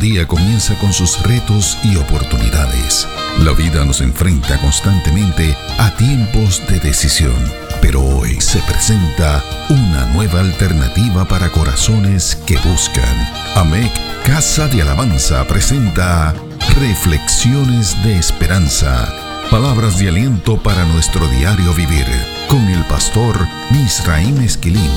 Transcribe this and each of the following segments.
día comienza con sus retos y oportunidades. La vida nos enfrenta constantemente a tiempos de decisión, pero hoy se presenta una nueva alternativa para corazones que buscan. AMEC Casa de Alabanza presenta Reflexiones de Esperanza. Palabras de aliento para nuestro diario vivir, con el pastor Misraim Esquilín.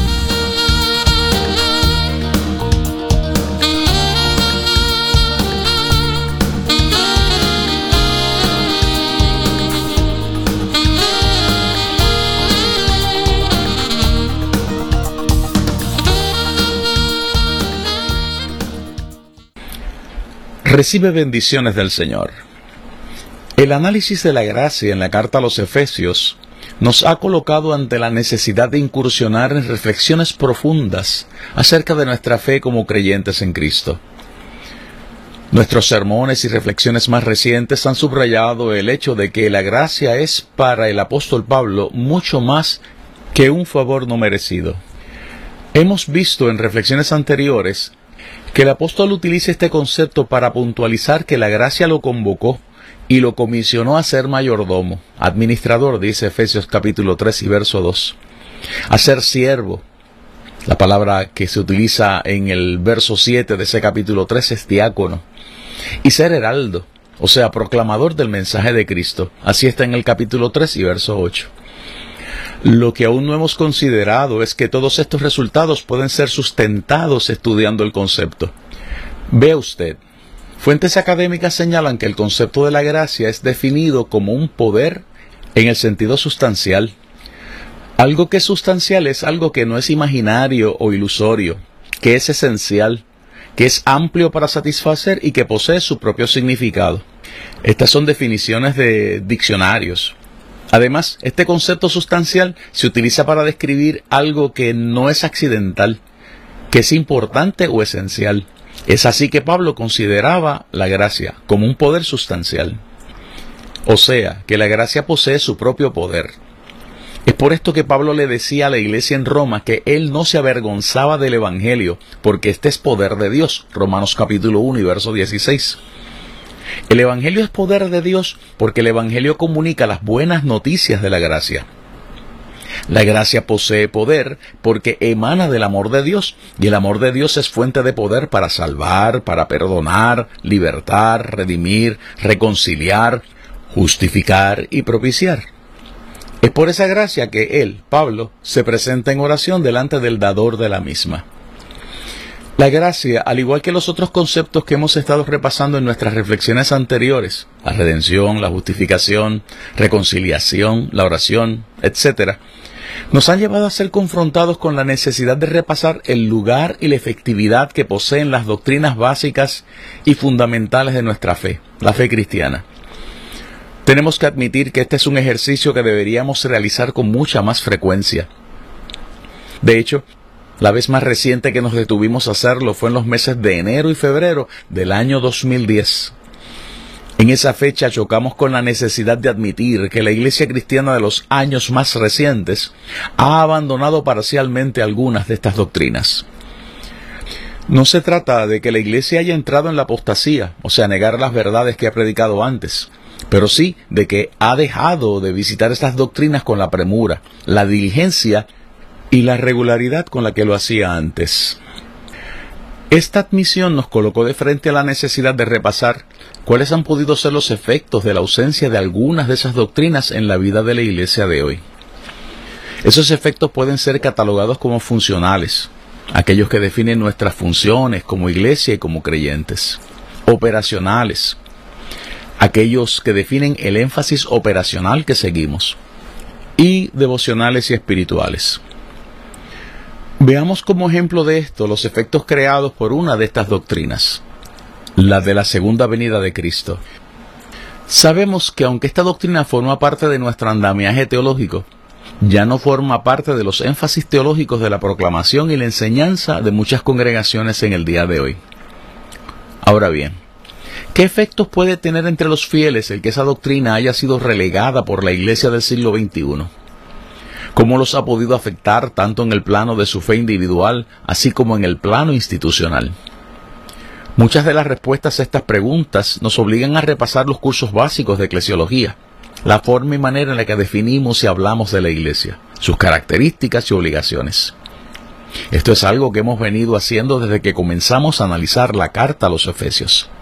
Recibe bendiciones del Señor. El análisis de la gracia en la carta a los Efesios nos ha colocado ante la necesidad de incursionar en reflexiones profundas acerca de nuestra fe como creyentes en Cristo. Nuestros sermones y reflexiones más recientes han subrayado el hecho de que la gracia es para el apóstol Pablo mucho más que un favor no merecido. Hemos visto en reflexiones anteriores que el apóstol utiliza este concepto para puntualizar que la gracia lo convocó y lo comisionó a ser mayordomo, administrador, dice Efesios capítulo 3 y verso 2, a ser siervo. La palabra que se utiliza en el verso 7 de ese capítulo 3 es diácono, y ser heraldo, o sea, proclamador del mensaje de Cristo. Así está en el capítulo 3 y verso 8. Lo que aún no hemos considerado es que todos estos resultados pueden ser sustentados estudiando el concepto. Vea usted, fuentes académicas señalan que el concepto de la gracia es definido como un poder en el sentido sustancial. Algo que es sustancial es algo que no es imaginario o ilusorio, que es esencial, que es amplio para satisfacer y que posee su propio significado. Estas son definiciones de diccionarios. Además, este concepto sustancial se utiliza para describir algo que no es accidental, que es importante o esencial. Es así que Pablo consideraba la gracia como un poder sustancial. O sea, que la gracia posee su propio poder. Es por esto que Pablo le decía a la iglesia en Roma que él no se avergonzaba del Evangelio, porque este es poder de Dios. Romanos capítulo 1 y verso 16. El Evangelio es poder de Dios porque el Evangelio comunica las buenas noticias de la gracia. La gracia posee poder porque emana del amor de Dios, y el amor de Dios es fuente de poder para salvar, para perdonar, libertar, redimir, reconciliar, justificar y propiciar. Es por esa gracia que él, Pablo, se presenta en oración delante del dador de la misma. La gracia, al igual que los otros conceptos que hemos estado repasando en nuestras reflexiones anteriores, la redención, la justificación, reconciliación, la oración, etc., nos han llevado a ser confrontados con la necesidad de repasar el lugar y la efectividad que poseen las doctrinas básicas y fundamentales de nuestra fe, la fe cristiana. Tenemos que admitir que este es un ejercicio que deberíamos realizar con mucha más frecuencia. De hecho, la vez más reciente que nos detuvimos a hacerlo fue en los meses de enero y febrero del año 2010. En esa fecha chocamos con la necesidad de admitir que la iglesia cristiana de los años más recientes ha abandonado parcialmente algunas de estas doctrinas. No se trata de que la iglesia haya entrado en la apostasía, o sea, negar las verdades que ha predicado antes, pero sí de que ha dejado de visitar estas doctrinas con la premura, la diligencia y la regularidad con la que lo hacía antes. Esta admisión nos colocó de frente a la necesidad de repasar cuáles han podido ser los efectos de la ausencia de algunas de esas doctrinas en la vida de la iglesia de hoy. Esos efectos pueden ser catalogados como funcionales, aquellos que definen nuestras funciones como iglesia y como creyentes; operacionales, aquellos que definen el énfasis operacional que seguimos; y devocionales y espirituales. Veamos como ejemplo de esto los efectos creados por una de estas doctrinas, la de la segunda venida de Cristo. Sabemos que aunque esta doctrina forma parte de nuestro andamiaje teológico, ya no forma parte de los énfasis teológicos de la proclamación y la enseñanza de muchas congregaciones en el día de hoy. Ahora bien, ¿qué efectos puede tener entre los fieles el que esa doctrina haya sido relegada por la iglesia del siglo XXI? ¿Cómo los ha podido afectar tanto en el plano de su fe individual, así como en el plano institucional? Muchas de las respuestas a estas preguntas nos obligan a repasar los cursos básicos de eclesiología, la forma y manera en la que definimos y hablamos de la Iglesia, sus características y obligaciones. Esto es algo que hemos venido haciendo desde que comenzamos a analizar la carta a los Efesios.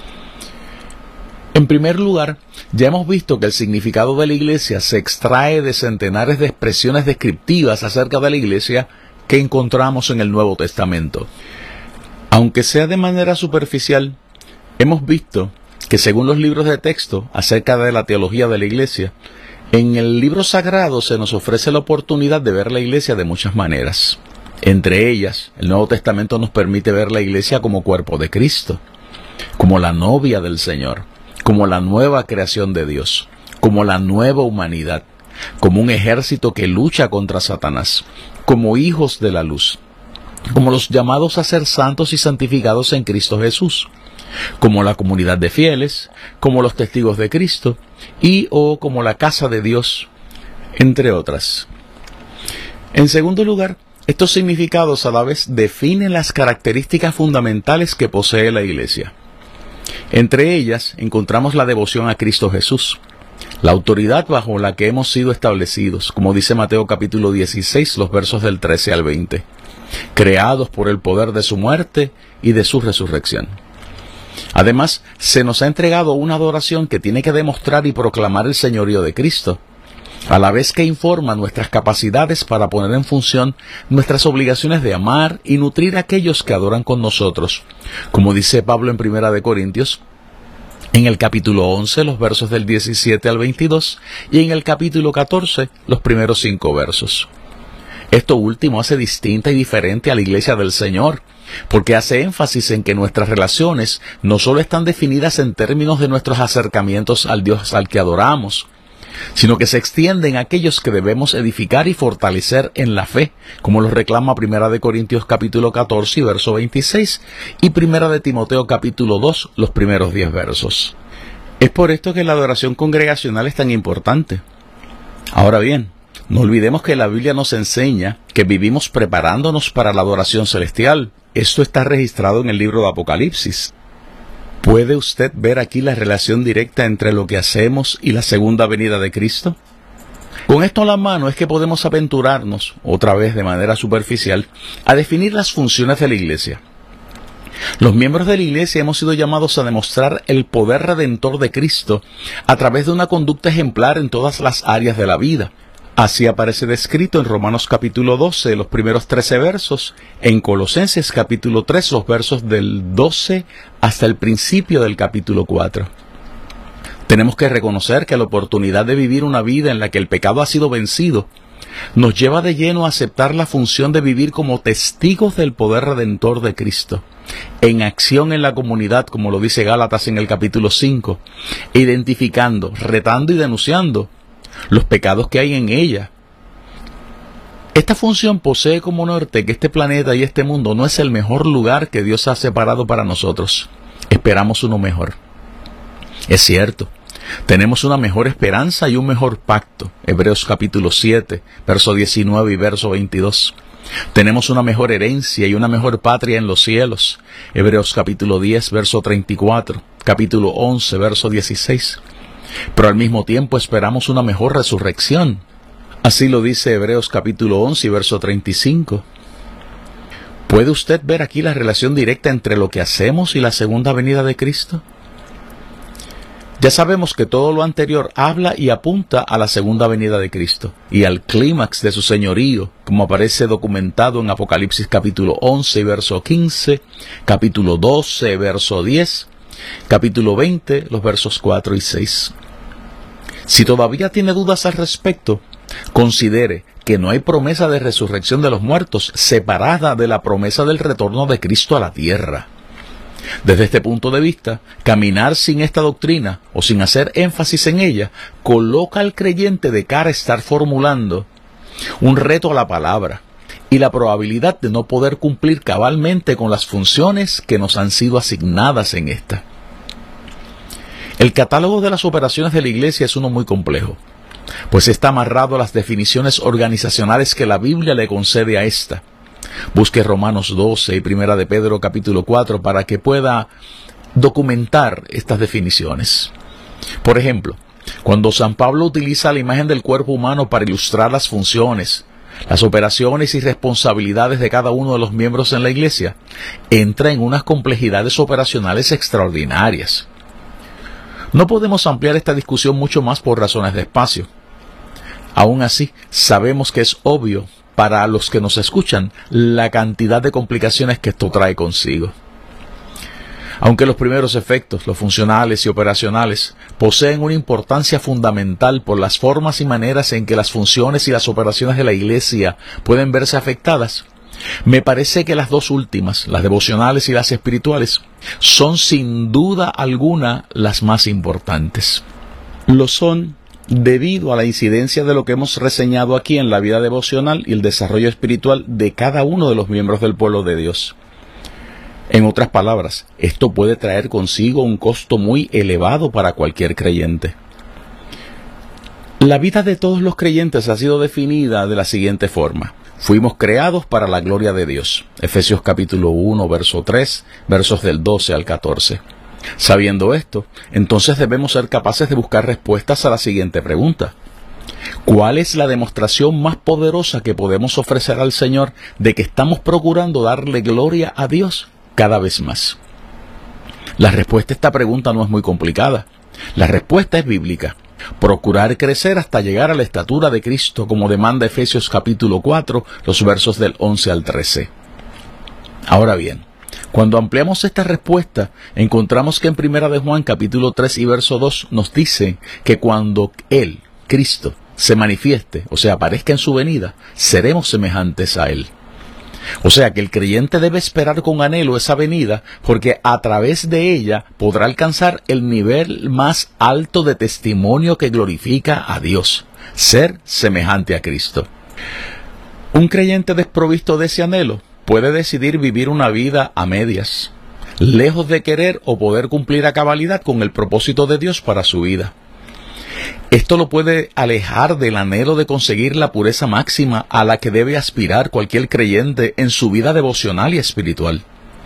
En primer lugar, ya hemos visto que el significado de la Iglesia se extrae de centenares de expresiones descriptivas acerca de la Iglesia que encontramos en el Nuevo Testamento. Aunque sea de manera superficial, hemos visto que según los libros de texto acerca de la teología de la Iglesia, en el libro sagrado se nos ofrece la oportunidad de ver la Iglesia de muchas maneras. Entre ellas, el Nuevo Testamento nos permite ver la Iglesia como cuerpo de Cristo, como la novia del Señor, como la nueva creación de Dios, como la nueva humanidad, como un ejército que lucha contra Satanás, como hijos de la luz, como los llamados a ser santos y santificados en Cristo Jesús, como la comunidad de fieles, como los testigos de Cristo o como la casa de Dios, entre otras. En segundo lugar, estos significados a la vez definen las características fundamentales que posee la Iglesia. Entre ellas encontramos la devoción a Cristo Jesús, la autoridad bajo la que hemos sido establecidos, como dice Mateo capítulo 16, los versos del 13 al 20, creados por el poder de su muerte y de su resurrección. Además, se nos ha entregado una adoración que tiene que demostrar y proclamar el señorío de Cristo, a la vez que informa nuestras capacidades para poner en función nuestras obligaciones de amar y nutrir a aquellos que adoran con nosotros, como dice Pablo en 1 Corintios, en el capítulo 11, los versos del 17 al 22, y en el capítulo 14, los primeros 5 versos. Esto último hace distinta y diferente a la Iglesia del Señor, porque hace énfasis en que nuestras relaciones no solo están definidas en términos de nuestros acercamientos al Dios al que adoramos, sino que se extienden a aquellos que debemos edificar y fortalecer en la fe, como lo reclama 1 Corintios capítulo 14 y verso 26, y 1 Timoteo capítulo 2, los primeros 10 versos. Es por esto que la adoración congregacional es tan importante. Ahora bien, no olvidemos que la Biblia nos enseña que vivimos preparándonos para la adoración celestial. Esto está registrado en el libro de Apocalipsis. ¿Puede usted ver aquí la relación directa entre lo que hacemos y la segunda venida de Cristo? Con esto en la mano es que podemos aventurarnos, otra vez de manera superficial, a definir las funciones de la Iglesia. Los miembros de la Iglesia hemos sido llamados a demostrar el poder redentor de Cristo a través de una conducta ejemplar en todas las áreas de la vida. Así aparece descrito en Romanos capítulo 12, los primeros 13 versos, en Colosenses capítulo 3, los versos del 12 hasta el principio del capítulo 4. Tenemos que reconocer que la oportunidad de vivir una vida en la que el pecado ha sido vencido nos lleva de lleno a aceptar la función de vivir como testigos del poder redentor de Cristo, en acción en la comunidad, como lo dice Gálatas en el capítulo 5, identificando, retando y denunciando los pecados que hay en ella. Esta función posee como norte que este planeta y este mundo no es el mejor lugar que Dios ha separado para nosotros. Esperamos uno mejor. Es cierto, tenemos una mejor esperanza y un mejor pacto. Hebreos capítulo 7, verso 19 y verso 22. Tenemos una mejor herencia y una mejor patria en los cielos. Hebreos capítulo 10, verso 34. Capítulo 11, verso 16. Pero al mismo tiempo esperamos una mejor resurrección. Así lo dice Hebreos capítulo 11 y verso 35. ¿Puede usted ver aquí la relación directa entre lo que hacemos y la segunda venida de Cristo? Ya sabemos que todo lo anterior habla y apunta a la segunda venida de Cristo y al clímax de su señorío, como aparece documentado en Apocalipsis capítulo 11 y verso 15, capítulo 12, verso 10, capítulo 20, los versos 4 y 6. Si todavía tiene dudas al respecto, considere que no hay promesa de resurrección de los muertos separada de la promesa del retorno de Cristo a la tierra. Desde este punto de vista, caminar sin esta doctrina o sin hacer énfasis en ella coloca al creyente de cara a estar formulando un reto a la palabra y la probabilidad de no poder cumplir cabalmente con las funciones que nos han sido asignadas en esta. El catálogo de las operaciones de la Iglesia es uno muy complejo, pues está amarrado a las definiciones organizacionales que la Biblia le concede a esta, Busque Romanos 12 y Primera de Pedro capítulo 4 para que pueda documentar estas definiciones. Por ejemplo, cuando San Pablo utiliza la imagen del cuerpo humano para ilustrar las funciones, las operaciones y responsabilidades de cada uno de los miembros en la Iglesia, entra en unas complejidades operacionales extraordinarias. No podemos ampliar esta discusión mucho más por razones de espacio. Aún así, sabemos que es obvio para los que nos escuchan la cantidad de complicaciones que esto trae consigo. Aunque los primeros efectos, los funcionales y operacionales, poseen una importancia fundamental por las formas y maneras en que las funciones y las operaciones de la Iglesia pueden verse afectadas, me parece que las dos últimas, las devocionales y las espirituales, son sin duda alguna las más importantes. Lo son debido a la incidencia de lo que hemos reseñado aquí en la vida devocional y el desarrollo espiritual de cada uno de los miembros del pueblo de Dios. En otras palabras, esto puede traer consigo un costo muy elevado para cualquier creyente. La vida de todos los creyentes ha sido definida de la siguiente forma. Fuimos creados para la gloria de Dios. Efesios capítulo 1, verso 3, versos del 12 al 14. Sabiendo esto, entonces debemos ser capaces de buscar respuestas a la siguiente pregunta. ¿Cuál es la demostración más poderosa que podemos ofrecer al Señor de que estamos procurando darle gloria a Dios cada vez más? La respuesta a esta pregunta no es muy complicada. La respuesta es bíblica. Procurar crecer hasta llegar a la estatura de Cristo, como demanda Efesios capítulo 4, los versos del 11 al 13. Ahora bien, cuando ampliamos esta respuesta, encontramos que en Primera de Juan capítulo 3 y verso 2 nos dice que cuando Él, Cristo, se manifieste, o sea, aparezca en su venida, seremos semejantes a Él. O sea que el creyente debe esperar con anhelo esa venida, porque a través de ella podrá alcanzar el nivel más alto de testimonio que glorifica a Dios, ser semejante a Cristo. Un creyente desprovisto de ese anhelo puede decidir vivir una vida a medias, lejos de querer o poder cumplir a cabalidad con el propósito de Dios para su vida. Esto lo puede alejar del anhelo de conseguir la pureza máxima a la que debe aspirar cualquier creyente en su vida devocional y espiritual.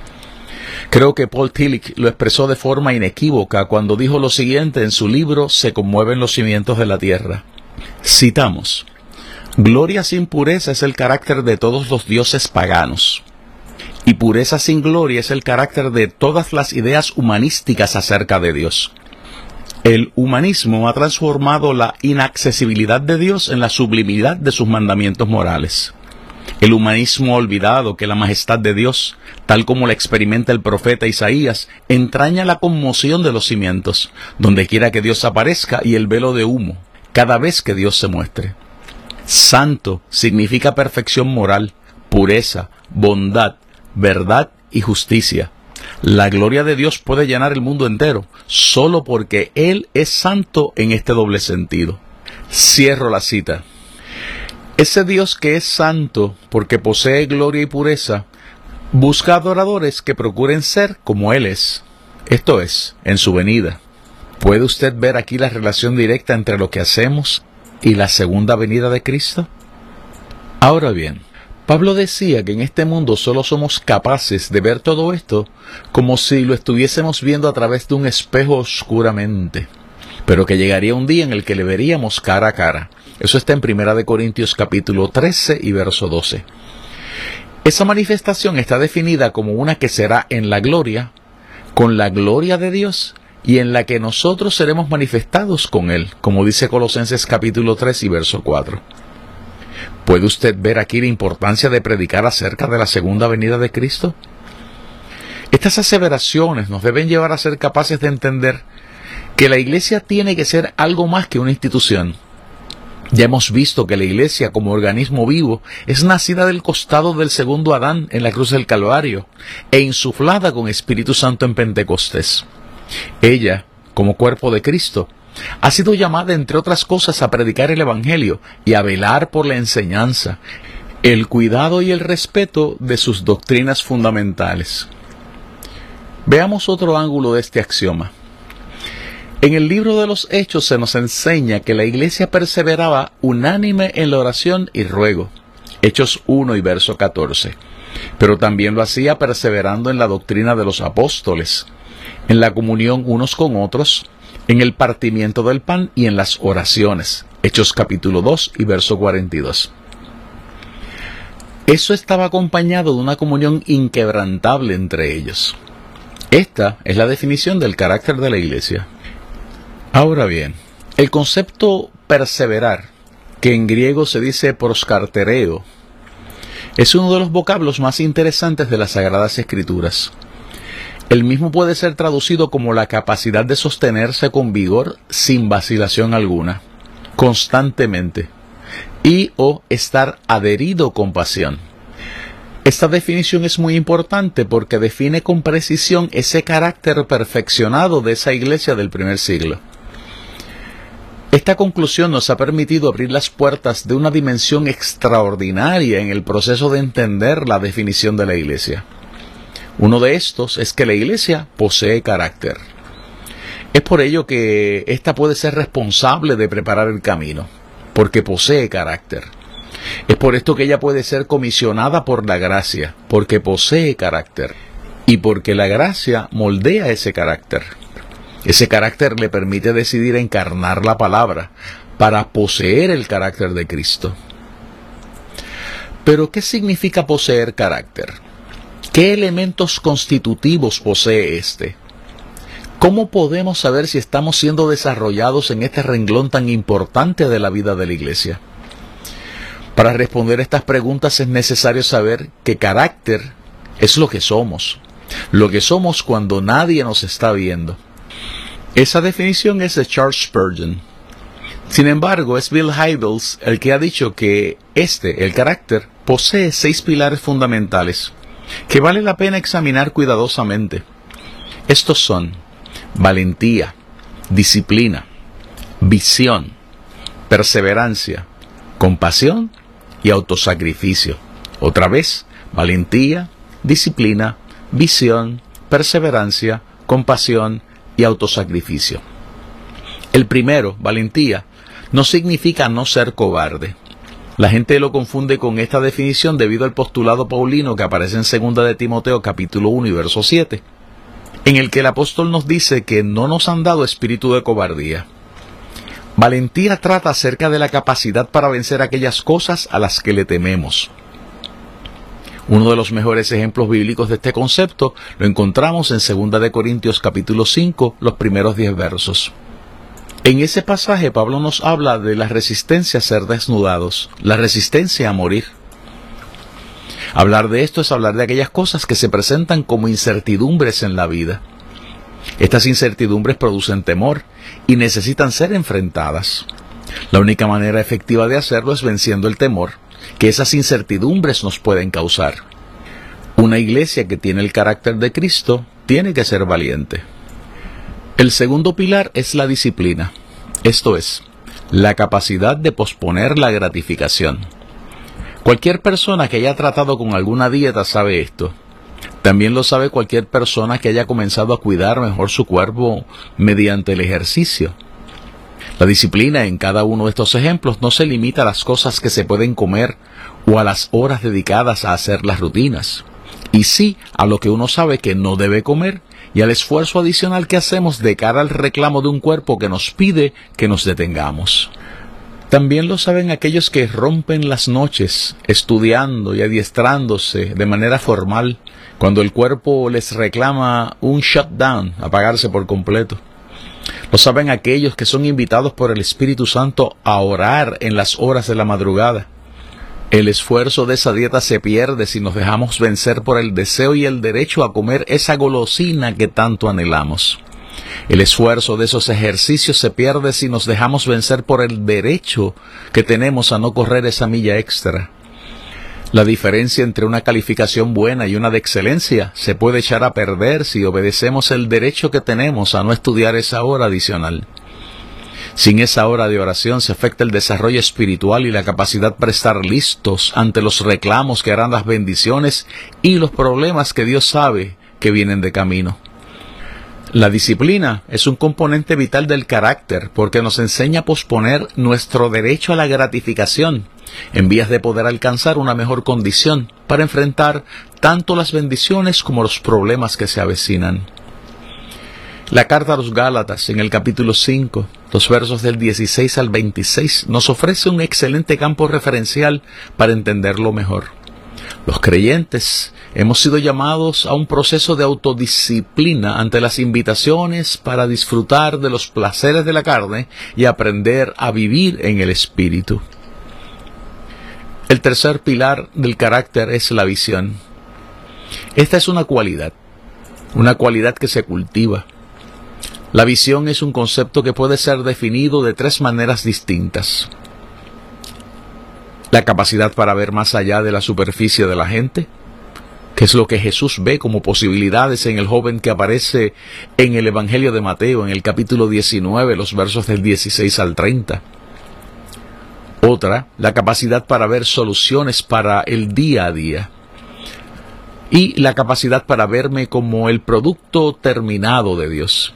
Creo que Paul Tillich lo expresó de forma inequívoca cuando dijo lo siguiente en su libro Se conmueven los cimientos de la tierra. Citamos: gloria sin pureza es el carácter de todos los dioses paganos, y pureza sin gloria es el carácter de todas las ideas humanísticas acerca de Dios. El humanismo ha transformado la inaccesibilidad de Dios en la sublimidad de sus mandamientos morales. El humanismo ha olvidado que la majestad de Dios, tal como la experimenta el profeta Isaías, entraña la conmoción de los cimientos, donde quiera que Dios aparezca, y el velo de humo, cada vez que Dios se muestre. Santo significa perfección moral, pureza, bondad, verdad y justicia. La gloria de Dios puede llenar el mundo entero, solo porque Él es santo en este doble sentido. Cierro la cita. Ese Dios que es santo porque posee gloria y pureza, busca adoradores que procuren ser como Él es. Esto es, en su venida. ¿Puede usted ver aquí la relación directa entre lo que hacemos y la segunda venida de Cristo? Ahora bien, Pablo decía que en este mundo solo somos capaces de ver todo esto como si lo estuviésemos viendo a través de un espejo oscuramente, pero que llegaría un día en el que le veríamos cara a cara. Eso está en 1 Corintios capítulo 13 y verso 12. Esa manifestación está definida como una que será en la gloria, con la gloria de Dios, y en la que nosotros seremos manifestados con Él, como dice Colosenses capítulo 3 y verso 4. ¿Puede usted ver aquí la importancia de predicar acerca de la segunda venida de Cristo? Estas aseveraciones nos deben llevar a ser capaces de entender que la Iglesia tiene que ser algo más que una institución. Ya hemos visto que la Iglesia, como organismo vivo, es nacida del costado del segundo Adán en la cruz del Calvario e insuflada con Espíritu Santo en Pentecostés. Ella, como cuerpo de Cristo, ha sido llamada, entre otras cosas, a predicar el Evangelio y a velar por la enseñanza, el cuidado y el respeto de sus doctrinas fundamentales. Veamos otro ángulo de este axioma. En el libro de los Hechos se nos enseña que la Iglesia perseveraba unánime en la oración y ruego. Hechos 1 y verso 14. pero también lo hacía perseverando en la doctrina de los apóstoles, en la comunión unos con otros, en el partimiento del pan y en las oraciones. Hechos capítulo 2 y verso 42. Eso estaba acompañado de una comunión inquebrantable entre ellos. Esta es la definición del carácter de la iglesia. Ahora bien, el concepto perseverar, que en griego se dice proskartereo, es uno de los vocablos más interesantes de las Sagradas Escrituras. El mismo puede ser traducido como la capacidad de sostenerse con vigor sin vacilación alguna, constantemente, y o estar adherido con pasión. Esta definición es muy importante porque define con precisión ese carácter perfeccionado de esa iglesia del primer siglo. Esta conclusión nos ha permitido abrir las puertas de una dimensión extraordinaria en el proceso de entender la definición de la iglesia. Uno de estos es que la iglesia posee carácter. Es por ello que ésta puede ser responsable de preparar el camino, porque posee carácter. Es por esto que ella puede ser comisionada por la gracia, porque posee carácter, y porque la gracia moldea ese carácter. Ese carácter le permite decidir encarnar la palabra para poseer el carácter de Cristo. Pero, ¿qué significa poseer carácter? ¿Qué elementos constitutivos posee este? ¿Cómo podemos saber si estamos siendo desarrollados en este renglón tan importante de la vida de la iglesia? Para responder estas preguntas es necesario saber que carácter es lo que somos cuando nadie nos está viendo. Esa definición es de Charles Spurgeon. Sin embargo, es Bill Hybels el que ha dicho que el carácter, posee 6 pilares fundamentales que vale la pena examinar cuidadosamente. Estos son valentía, disciplina, visión, perseverancia, compasión y autosacrificio. Otra vez, valentía, disciplina, visión, perseverancia, compasión y autosacrificio. El primero, valentía, no significa no ser cobarde. La gente lo confunde con esta definición debido al postulado paulino que aparece en 2 de Timoteo capítulo 1 y verso 7, en el que el apóstol nos dice que no nos han dado espíritu de cobardía. Valentía trata acerca de la capacidad para vencer aquellas cosas a las que le tememos. Uno de los mejores ejemplos bíblicos de este concepto lo encontramos en 2 de Corintios capítulo 5, los primeros 10 versos. En ese pasaje Pablo nos habla de la resistencia a ser desnudados, la resistencia a morir. Hablar de esto es hablar de aquellas cosas que se presentan como incertidumbres en la vida. Estas incertidumbres producen temor y necesitan ser enfrentadas. La única manera efectiva de hacerlo es venciendo el temor que esas incertidumbres nos pueden causar. Una iglesia que tiene el carácter de Cristo tiene que ser valiente. El segundo pilar es la disciplina, esto es, la capacidad de posponer la gratificación. Cualquier persona que haya tratado con alguna dieta sabe esto. También lo sabe cualquier persona que haya comenzado a cuidar mejor su cuerpo mediante el ejercicio. La disciplina en cada uno de estos ejemplos no se limita a las cosas que se pueden comer o a las horas dedicadas a hacer las rutinas, y sí a lo que uno sabe que no debe comer y al esfuerzo adicional que hacemos de cara al reclamo de un cuerpo que nos pide que nos detengamos. También lo saben aquellos que rompen las noches estudiando y adiestrándose de manera formal cuando el cuerpo les reclama un shutdown, apagarse por completo. Lo saben aquellos que son invitados por el Espíritu Santo a orar en las horas de la madrugada. El esfuerzo de esa dieta se pierde si nos dejamos vencer por el deseo y el derecho a comer esa golosina que tanto anhelamos. El esfuerzo de esos ejercicios se pierde si nos dejamos vencer por el derecho que tenemos a no correr esa milla extra. La diferencia entre una calificación buena y una de excelencia se puede echar a perder si obedecemos el derecho que tenemos a no estudiar esa hora adicional. Sin esa hora de oración se afecta el desarrollo espiritual y la capacidad para estar listos ante los reclamos que harán las bendiciones y los problemas que Dios sabe que vienen de camino. La disciplina es un componente vital del carácter porque nos enseña a posponer nuestro derecho a la gratificación en vías de poder alcanzar una mejor condición para enfrentar tanto las bendiciones como los problemas que se avecinan. La carta a los Gálatas, en el capítulo 5, los versos del 16 al 26, nos ofrece un excelente campo referencial para entenderlo mejor. Los creyentes hemos sido llamados a un proceso de autodisciplina ante las invitaciones para disfrutar de los placeres de la carne y aprender a vivir en el Espíritu. El tercer pilar del carácter es la visión. Esta es una cualidad que se cultiva. La visión es un concepto que puede ser definido de tres maneras distintas. La capacidad para ver más allá de la superficie de la gente, que es lo que Jesús ve como posibilidades en el joven que aparece en el Evangelio de Mateo, en el capítulo 19, los versos del 16 al 30. Otra, la capacidad para ver soluciones para el día a día. Y la capacidad para verme como el producto terminado de Dios.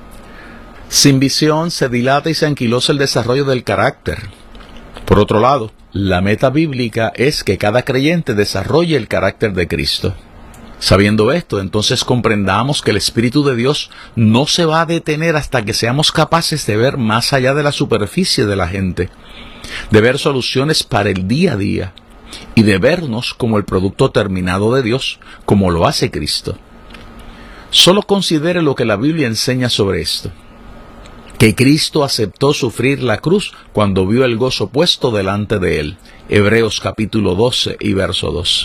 Sin visión se dilata y se anquilosa el desarrollo del carácter. Por otro lado, la meta bíblica es que cada creyente desarrolle el carácter de Cristo. Sabiendo esto, entonces comprendamos que el Espíritu de Dios no se va a detener hasta que seamos capaces de ver más allá de la superficie de la gente, de ver soluciones para el día a día y de vernos como el producto terminado de Dios, como lo hace Cristo. Solo considere lo que la Biblia enseña sobre esto. Que Cristo aceptó sufrir la cruz cuando vio el gozo puesto delante de él. Hebreos capítulo 12 y verso 2.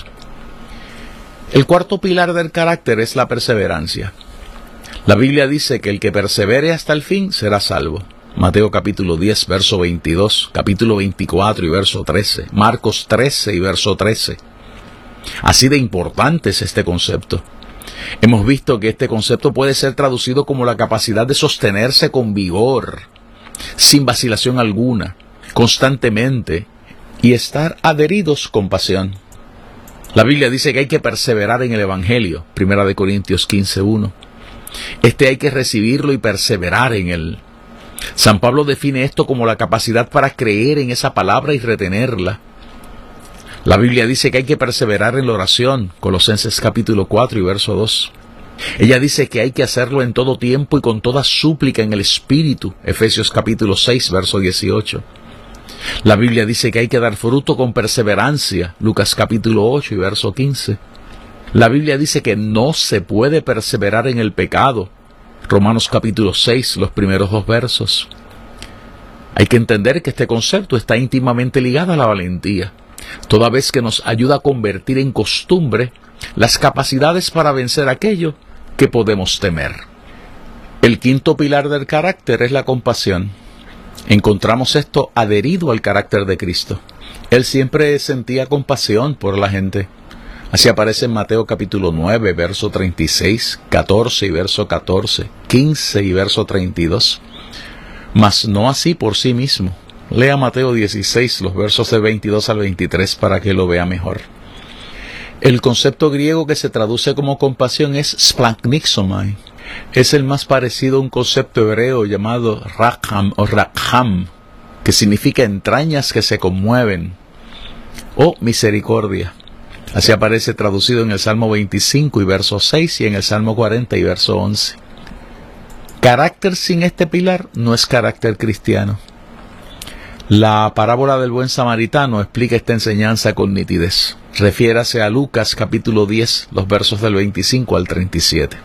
El cuarto pilar del carácter es la perseverancia. La Biblia dice que el que persevere hasta el fin será salvo. Mateo capítulo 10, verso 22, capítulo 24 y verso 13, Marcos 13 y verso 13. Así de importante es este concepto. Hemos visto que este concepto puede ser traducido como la capacidad de sostenerse con vigor, sin vacilación alguna, constantemente, y estar adheridos con pasión. La Biblia dice que hay que perseverar en el Evangelio, 1 Corintios 15:1. Hay que recibirlo y perseverar en él. San Pablo define esto como la capacidad para creer en esa palabra y retenerla. La Biblia dice que hay que perseverar en la oración, Colosenses capítulo 4 y verso 2. Ella dice que hay que hacerlo en todo tiempo y con toda súplica en el Espíritu, Efesios capítulo 6, verso 18. La Biblia dice que hay que dar fruto con perseverancia, Lucas capítulo 8 y verso 15. La Biblia dice que no se puede perseverar en el pecado, Romanos capítulo 6, los primeros 2 versos. Hay que entender que este concepto está íntimamente ligado a la valentía, toda vez que nos ayuda a convertir en costumbre las capacidades para vencer aquello que podemos temer. El quinto pilar del carácter es la compasión. Encontramos esto adherido al carácter de Cristo. Él siempre sentía compasión por la gente. Así aparece en Mateo capítulo 9, verso 36, 14 y verso 14, 15 y verso 32. Mas no así por sí mismo. Lea Mateo 16, los versos de 22 al 23 para que lo vea mejor. El concepto griego que se traduce como compasión es splanchnixomai. Es el más parecido a un concepto hebreo llamado rakham o rakham, que significa entrañas que se conmueven, o misericordia. Así aparece traducido en el Salmo 25 y verso 6 y en el Salmo 40 y verso 11. Carácter sin este pilar no es carácter cristiano. La parábola del buen samaritano explica esta enseñanza con nitidez. Refiérase a Lucas capítulo 10, los versos del 25 al 37.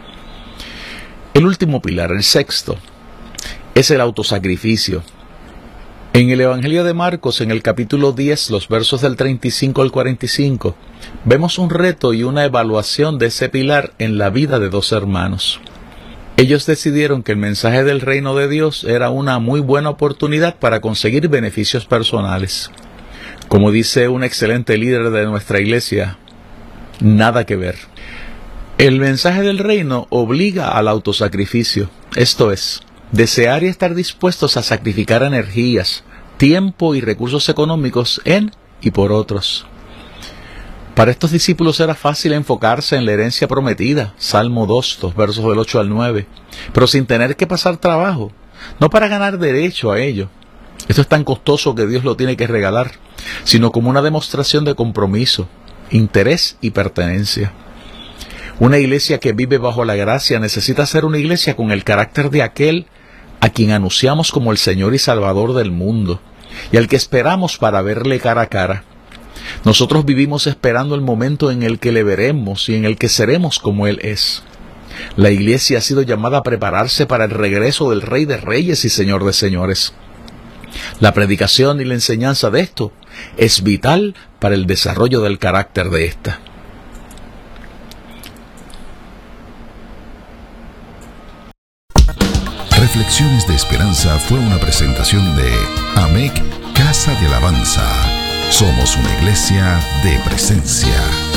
El último pilar, el sexto, es el autosacrificio. En el Evangelio de Marcos, en el capítulo 10, los versos del 35 al 45, vemos un reto y una evaluación de ese pilar en la vida de dos hermanos. Ellos decidieron que el mensaje del reino de Dios era una muy buena oportunidad para conseguir beneficios personales. Como dice un excelente líder de nuestra iglesia, nada que ver. El mensaje del reino obliga al autosacrificio, esto es, desear y estar dispuestos a sacrificar energías, tiempo y recursos económicos en y por otros. Para estos discípulos era fácil enfocarse en la herencia prometida, Salmo 2, los versos del 8 al 9, pero sin tener que pasar trabajo, no para ganar derecho a ello. Esto es tan costoso que Dios lo tiene que regalar, sino como una demostración de compromiso, interés y pertenencia. Una iglesia que vive bajo la gracia necesita ser una iglesia con el carácter de aquel a quien anunciamos como el Señor y Salvador del mundo, y al que esperamos para verle cara a cara. Nosotros vivimos esperando el momento en el que le veremos y en el que seremos como Él es. La iglesia ha sido llamada a prepararse para el regreso del Rey de Reyes y Señor de Señores. La predicación y la enseñanza de esto es vital para el desarrollo del carácter de ésta. Reflexiones de Esperanza fue una presentación de AMEC Casa de Alabanza. Somos una iglesia de presencia.